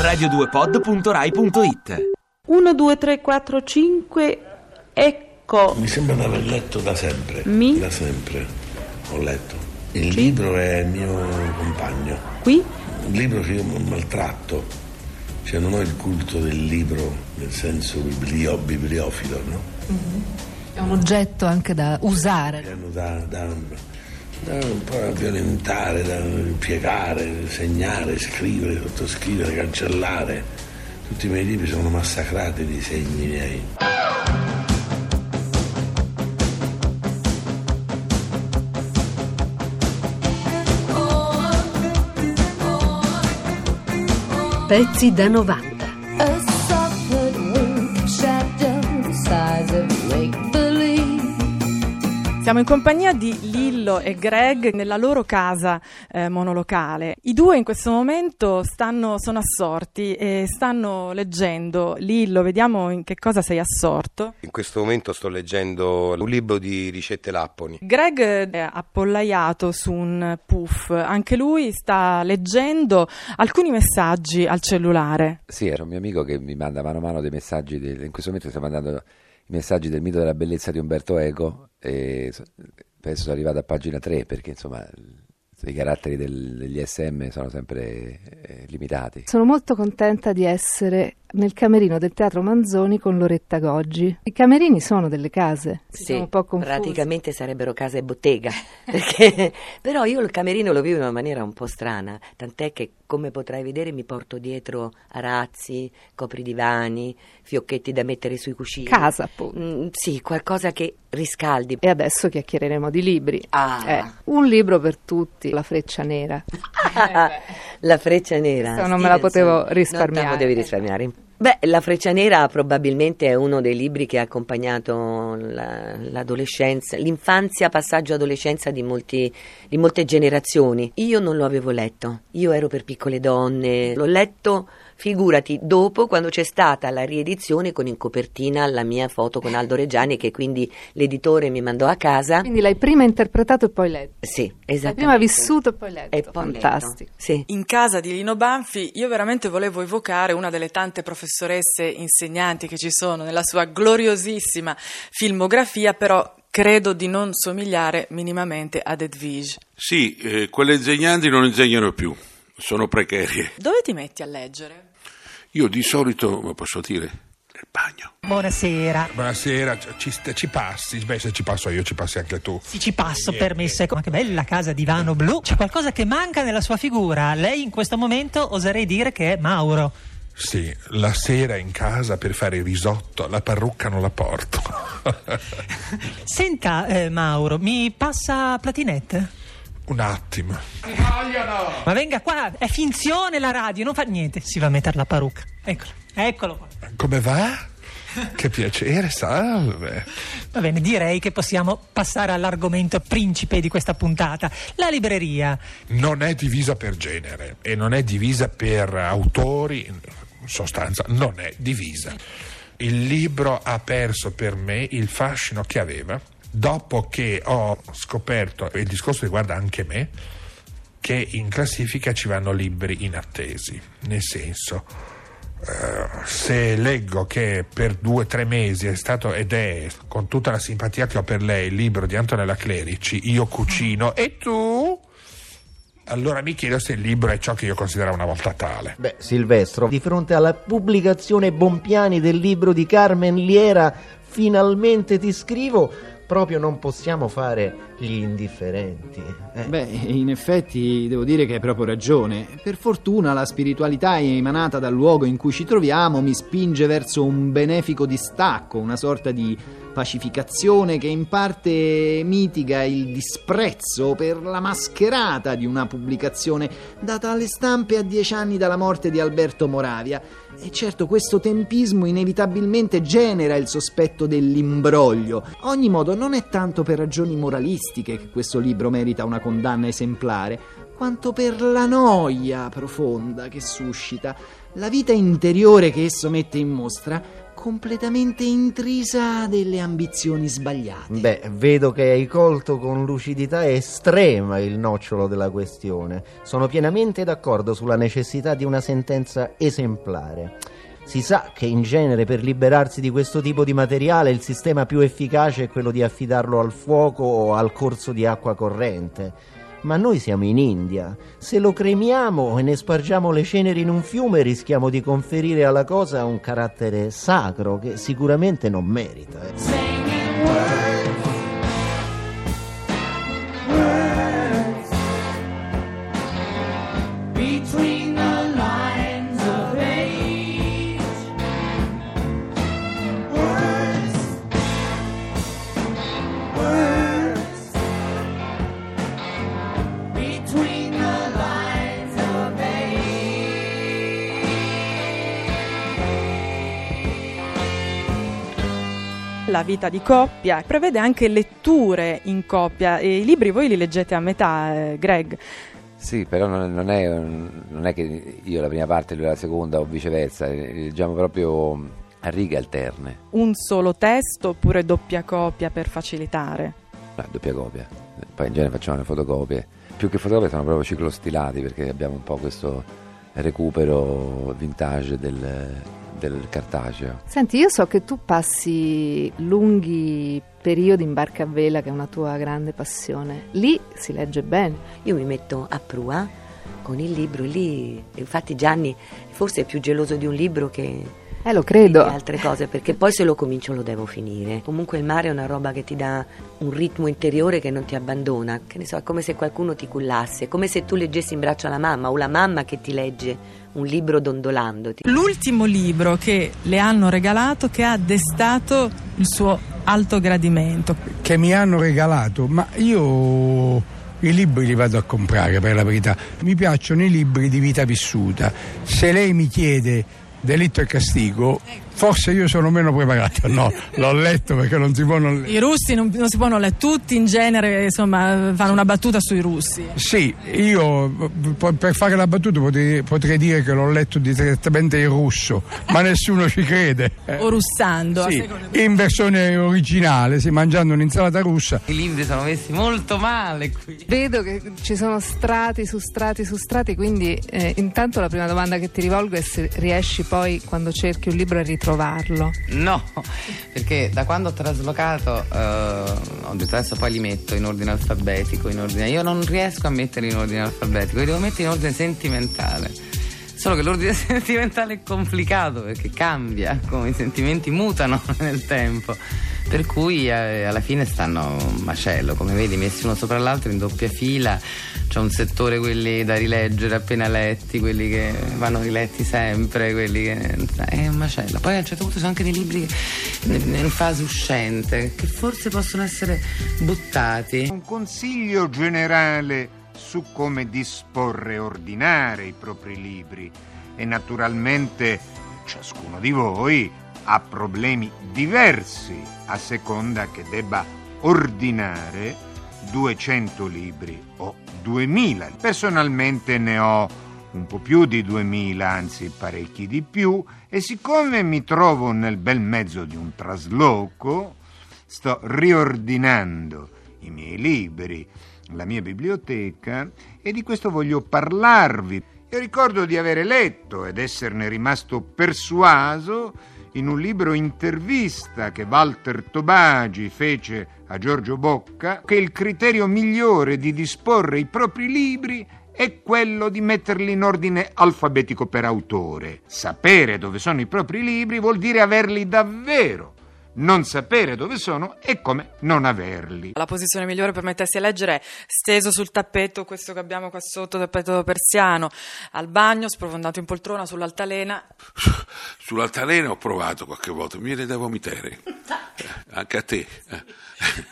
radio2pod.rai.it. 1, 2, 3, 4, 5, ecco. Mi sembra di aver letto da sempre. Da sempre ho letto. Il libro è il mio compagno. Qui? Un libro che io maltratto. Cioè non ho il culto del libro nel senso bibliofilo, no? Mm-hmm. È un oggetto anche da usare. Da un po' da violentare, da piegare, segnare, scrivere, sottoscrivere, cancellare. Tutti i miei libri sono massacrati di segni miei. Pezzi da 90. Siamo in compagnia di Lillo e Greg nella loro casa monolocale. I due in questo momento sono assorti e stanno leggendo. Lillo, vediamo in che cosa sei assorto. In questo momento sto leggendo un libro di ricette lapponi. Greg è appollaiato su un puff, anche lui sta leggendo alcuni messaggi al cellulare. Sì, era un mio amico che mi manda mano a mano dei messaggi, in questo momento sta mandando i messaggi del mito della bellezza di Umberto Eco e penso sono arrivato a pagina 3 perché insomma i caratteri degli SM sono sempre limitati. Sono molto contenta di essere nel camerino del Teatro Manzoni con Loretta Goggi. I camerini sono delle case, sì, un po' confusi. Praticamente sarebbero casa e bottega, perché però io il camerino lo vivo in una maniera un po' strana, tant'è che come potrai vedere mi porto dietro arazzi, copridivani, fiocchetti da mettere sui cuscini. Casa appunto. Sì, qualcosa che riscaldi. E adesso chiacchiereremo di libri. Un libro per tutti, La Freccia Nera. La Freccia Nera. Non me la potevo risparmiare. Non devi risparmiare. Beh, La Freccia Nera probabilmente è uno dei libri che ha accompagnato l'adolescenza, l'infanzia, passaggio adolescenza di molte generazioni. Io non lo avevo letto, io ero per piccole donne, l'ho letto, figurati, dopo quando c'è stata la riedizione con in copertina la mia foto con Aldo Reggiani che quindi l'editore mi mandò a casa. Quindi l'hai prima interpretato e poi letto. Sì, esattamente. L'hai prima vissuto e poi letto. E poi fantastico. Letto. Sì. In casa di Lino Banfi io veramente volevo evocare una delle tante professoresse insegnanti che ci sono nella sua gloriosissima filmografia, però credo di non somigliare minimamente ad Edwige. Sì, quelle insegnanti non insegnano più, sono precarie. Dove ti metti a leggere? Io di solito, ma posso dire, nel bagno. Buonasera. Buonasera, ci passi? Beh, se ci passo io, ci passi anche tu. Sì, ci passo, permesso. Ma che bella casa divano blu. C'è qualcosa che manca nella sua figura. Lei in questo momento oserei dire che è Mauro. Sì, la sera in casa per fare il risotto, la parrucca non la porto. Senta, Mauro, mi passa Platinette? Un attimo. Ma venga qua, è finzione la radio, non fa niente. Si va a mettere la parrucca. Eccolo qua. Come va? Che piacere, salve. Va bene, direi che possiamo passare all'argomento principe di questa puntata. La libreria non è divisa per genere e non è divisa per autori, in sostanza non è divisa. Il libro ha perso per me il fascino che aveva dopo che ho scoperto, e il discorso riguarda anche me, che in classifica ci vanno libri inattesi, nel senso se leggo che per 2 o 3 mesi è stato ed è, con tutta la simpatia che ho per lei, il libro di Antonella Clerici, Io cucino e tu, allora mi chiedo se il libro è ciò che io consideravo una volta tale. Beh, Silvestro, di fronte alla pubblicazione Bompiani del libro di Carmen Liera, Finalmente ti scrivo, proprio non possiamo fare gli indifferenti. Beh, in effetti devo dire che hai proprio ragione. Per fortuna la spiritualità emanata dal luogo in cui ci troviamo mi spinge verso un benefico distacco, una sorta di pacificazione che in parte mitiga il disprezzo per la mascherata di una pubblicazione data alle stampe a 10 anni dalla morte di Alberto Moravia. E certo, questo tempismo inevitabilmente genera il sospetto dell'imbroglio. A ogni modo, non è tanto per ragioni moralistiche che questo libro merita una condanna esemplare, quanto per la noia profonda che suscita, la vita interiore che esso mette in mostra, completamente intrisa delle ambizioni sbagliate. Beh, vedo che hai colto con lucidità estrema il nocciolo della questione. Sono pienamente d'accordo sulla necessità di una sentenza esemplare. Si sa che in genere per liberarsi di questo tipo di materiale il sistema più efficace è quello di affidarlo al fuoco o al corso di acqua corrente. Ma noi siamo in India. Se lo cremiamo e ne spargiamo le ceneri in un fiume rischiamo di conferire alla cosa un carattere sacro che sicuramente non merita. La vita di coppia prevede anche letture in coppia e i libri voi li leggete a metà, Greg? Sì, però non è che io la prima parte e lui la seconda o viceversa, li leggiamo proprio a righe alterne. Un solo testo oppure doppia copia per facilitare? No, doppia copia, poi in genere facciamo le fotocopie. Più che fotocopie sono proprio ciclostilati perché abbiamo un po' questo recupero vintage del cartaceo. Senti, io so che tu passi lunghi periodi in barca a vela, che è una tua grande passione. Lì si legge bene. Io mi metto a prua con il libro, lì infatti Gianni forse è più geloso di un libro che lo credo. Di altre cose, perché poi se lo comincio lo devo finire. Comunque il mare è una roba che ti dà un ritmo interiore che non ti abbandona, che ne so, è come se qualcuno ti cullasse, come se tu leggessi in braccio alla mamma o la mamma che ti legge un libro dondolandoti. L'ultimo libro che le hanno regalato che ha destato il suo alto gradimento. Che mi hanno regalato, ma io i libri li vado a comprare, per la verità. Mi piacciono i libri di vita vissuta. Se lei mi chiede Delitto e Castigo, forse io sono meno preparato. No, l'ho letto perché non si può non leggere. I russi non si possono leggere, tutti in genere insomma fanno una battuta sui russi. Sì, io per fare la battuta potrei dire che l'ho letto direttamente in russo, ma nessuno ci crede. O russando. Sì, in versione originale, sì, mangiando un'insalata russa. I libri sono messi molto male qui. Vedo che ci sono strati su strati su strati, quindi intanto la prima domanda che ti rivolgo è se riesci poi quando cerchi un libro a ritrovarlo. No, perché da quando ho traslocato ho detto adesso poi li metto in ordine alfabetico, io non riesco a metterli in ordine alfabetico, li devo mettere in ordine sentimentale. Solo che l'ordine sentimentale è complicato perché cambia, come i sentimenti mutano nel tempo, per cui alla fine stanno un macello, come vedi, messi uno sopra l'altro in doppia fila. C'è un settore quelli da rileggere appena letti, quelli che vanno riletti sempre, quelli che è un macello. Poi a un certo punto ci sono anche dei libri in fase uscente che forse possono essere buttati. Un consiglio generale su come disporre e ordinare i propri libri, e naturalmente ciascuno di voi ha problemi diversi a seconda che debba ordinare 200 libri o 2000. Personalmente ne ho un po' più di 2000, anzi parecchi di più, e siccome mi trovo nel bel mezzo di un trasloco, sto riordinando i miei libri, la mia biblioteca, e di questo voglio parlarvi. Io ricordo di avere letto ed esserne rimasto persuaso in un libro intervista che Walter Tobagi fece a Giorgio Bocca, che il criterio migliore di disporre i propri libri è quello di metterli in ordine alfabetico per autore. Sapere dove sono i propri libri vuol dire averli davvero. Non sapere dove sono è come non averli. La posizione migliore per mettersi a leggere è steso sul tappeto, questo che abbiamo qua sotto, tappeto persiano, al bagno, sprofondato in poltrona, sull'altalena. Sull'altalena ho provato qualche volta, mi viene da vomitare, anche a te.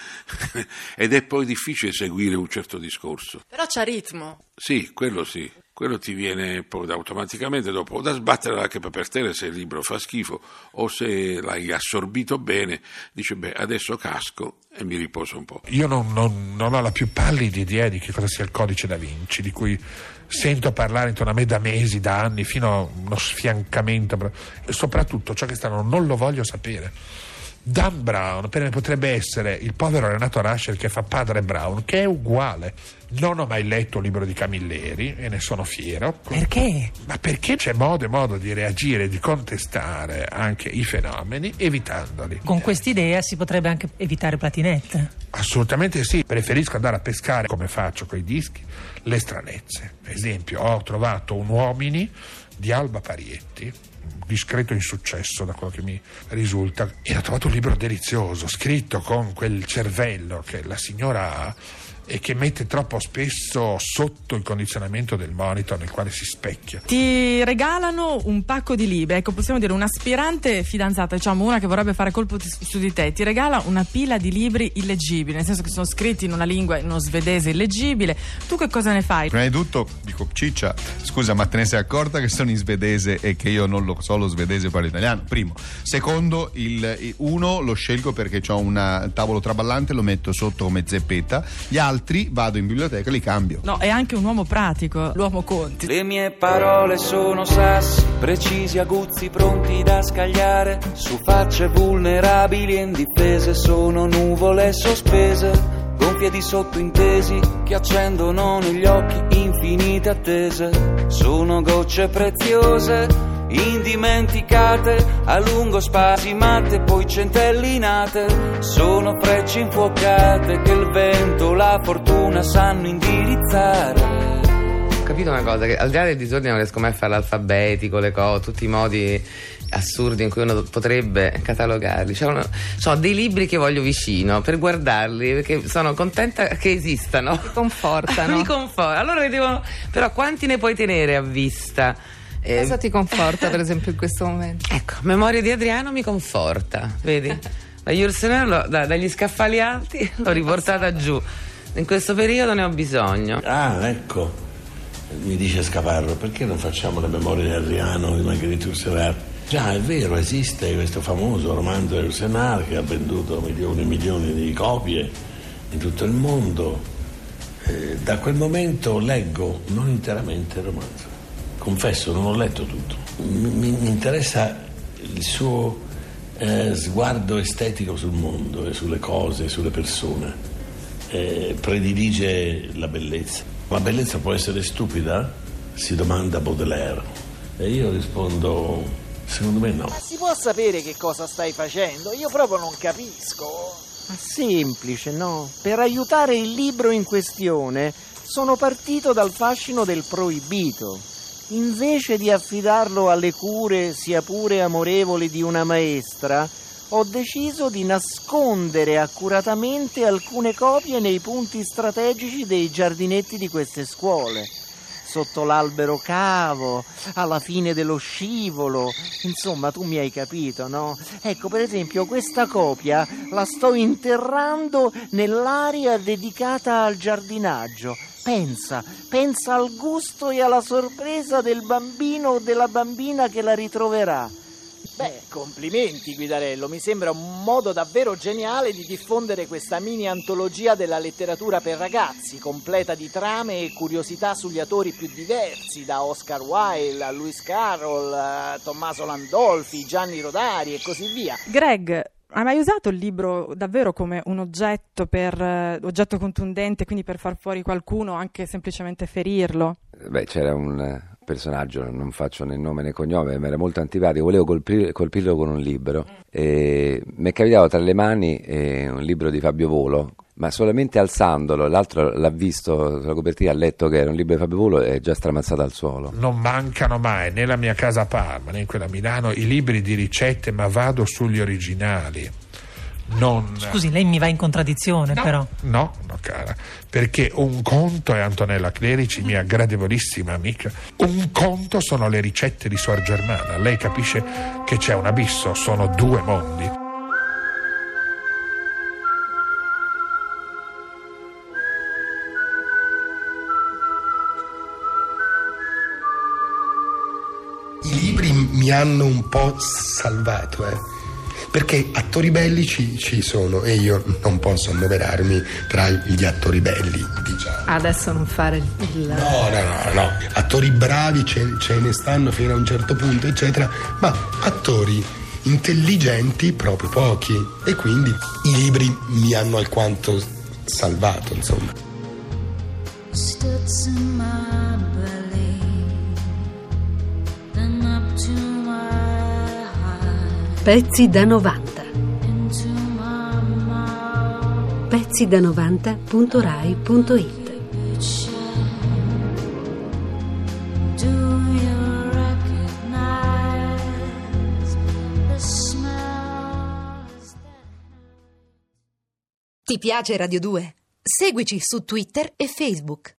Ed è poi difficile seguire un certo discorso. Però c'ha ritmo. Sì, quello sì. quello ti viene poi automaticamente dopo da sbattere anche per terra se il libro fa schifo o se l'hai assorbito bene, dici adesso casco e mi riposo un po'. Io non ho la più pallida idea di che cosa sia il Codice da Vinci, di cui sento parlare intorno a me da mesi, da anni, fino a uno sfiancamento, e soprattutto ciò che stanno non lo voglio sapere. Dan Brown per me potrebbe essere il povero Renato Rascher che fa padre Brown, che è uguale. Non ho mai letto un libro di Camilleri e ne sono fiero. Perché? Ma perché c'è modo e modo di reagire, di contestare anche i fenomeni evitandoli. Con quest'idea si potrebbe anche evitare Platinette. Assolutamente sì, preferisco andare a pescare, come faccio con i dischi, le stranezze. Per esempio, ho trovato un Uomini di Alba Parietti, discreto insuccesso da quello che mi risulta, e ho trovato un libro delizioso, scritto con quel cervello che la signora ha e che mette troppo spesso sotto il condizionamento del monitor nel quale si specchia. Ti regalano un pacco di libri, ecco, possiamo dire un'aspirante fidanzata, diciamo una che vorrebbe fare colpo su di te, ti regala una pila di libri illeggibili, nel senso che sono scritti in una lingua, in uno svedese illeggibile. Tu che cosa ne fai? Prima di tutto dico: Ciccia, scusa, ma te ne sei accorta che sono in svedese e che io non lo so lo svedese, parlo italiano? Primo. Secondo, uno lo scelgo perché ho un tavolo traballante, lo metto sotto come zeppetta. Gli altri vado in biblioteca e li cambio. No, è anche un uomo pratico, l'uomo Conti. Le mie parole sono sassi, precisi, aguzzi, pronti da scagliare su facce vulnerabili e indifese. Sono nuvole sospese, gonfie di sottointesi che accendono negli occhi infinite attese. Sono gocce preziose indimenticate, a lungo spasimate, poi centellinate. Sono frecce infuocate che il vento, la fortuna sanno indirizzare. Ho capito una cosa, che al di là del disordine non riesco mai a fare l'alfabetico, le cose, tutti i modi assurdi in cui uno potrebbe catalogarli. Ho dei libri che voglio vicino per guardarli, perché sono contenta che esistano. Mi confortano. Mi conforta. Allora però quanti ne puoi tenere a vista? Cosa ti conforta, per esempio, in questo momento? Ecco, Memoria di Adriano mi conforta, vedi? La Jursener dagli scaffali alti l'ho riportata giù. In questo periodo ne ho bisogno. Ah, ecco, mi dice Scaparro, perché non facciamo le Memorie di Adriano di Marguerite Yourcenar? Già, è vero, esiste questo famoso romanzo di Yourcenar che ha venduto milioni e milioni di copie in tutto il mondo. Da quel momento leggo non interamente il romanzo. Confesso, non ho letto tutto. Mi interessa il suo sguardo estetico sul mondo e sulle cose, sulle persone. Predilige la bellezza. La bellezza può essere stupida? Si domanda Baudelaire. E io rispondo, secondo me no. Ma si può sapere che cosa stai facendo? Io proprio non capisco. Ma semplice, no? Per aiutare il libro in questione sono partito dal fascino del proibito. Invece di affidarlo alle cure, sia pure amorevoli, di una maestra, ho deciso di nascondere accuratamente alcune copie nei punti strategici dei giardinetti di queste scuole. Sotto l'albero cavo, alla fine dello scivolo, insomma tu mi hai capito, no? Ecco, per esempio, questa copia la sto interrando nell'area dedicata al giardinaggio. Pensa al gusto e alla sorpresa del bambino o della bambina che la ritroverà. Beh, complimenti Guidarello, mi sembra un modo davvero geniale di diffondere questa mini antologia della letteratura per ragazzi, completa di trame e curiosità sugli autori più diversi, da Oscar Wilde a Lewis Carroll, a Tommaso Landolfi, Gianni Rodari e così via. Greg, hai mai usato il libro davvero come un oggetto oggetto contundente, quindi per far fuori qualcuno, anche semplicemente ferirlo? Beh, c'era un personaggio, non faccio né nome né cognome, mi era molto antipatico, volevo colpirlo con un libro e mi è capitato tra le mani un libro di Fabio Volo, ma solamente alzandolo, l'altro l'ha visto sulla copertina, ha letto che era un libro di Fabio Volo e è già stramazzato al suolo. Non mancano mai, né la mia casa a Parma né in quella a Milano, i libri di ricette, ma vado sugli originali. Scusi, lei mi va in contraddizione, però. No, cara, perché un conto è Antonella Clerici, mia gradevolissima amica, un conto sono le ricette di Suor Germana. Lei capisce che c'è un abisso, sono due mondi. I libri mi hanno un po' salvato, perché attori belli ci sono e io non posso annoverarmi tra gli attori belli, diciamo. Adesso non fare il... No. Attori bravi ce ne stanno fino a un certo punto, eccetera, ma attori intelligenti proprio pochi, e quindi i libri mi hanno alquanto salvato, insomma. Pezzi da 90. Pezzi da 90.rai.it. Ti piace Radio 2? Seguici su Twitter e Facebook.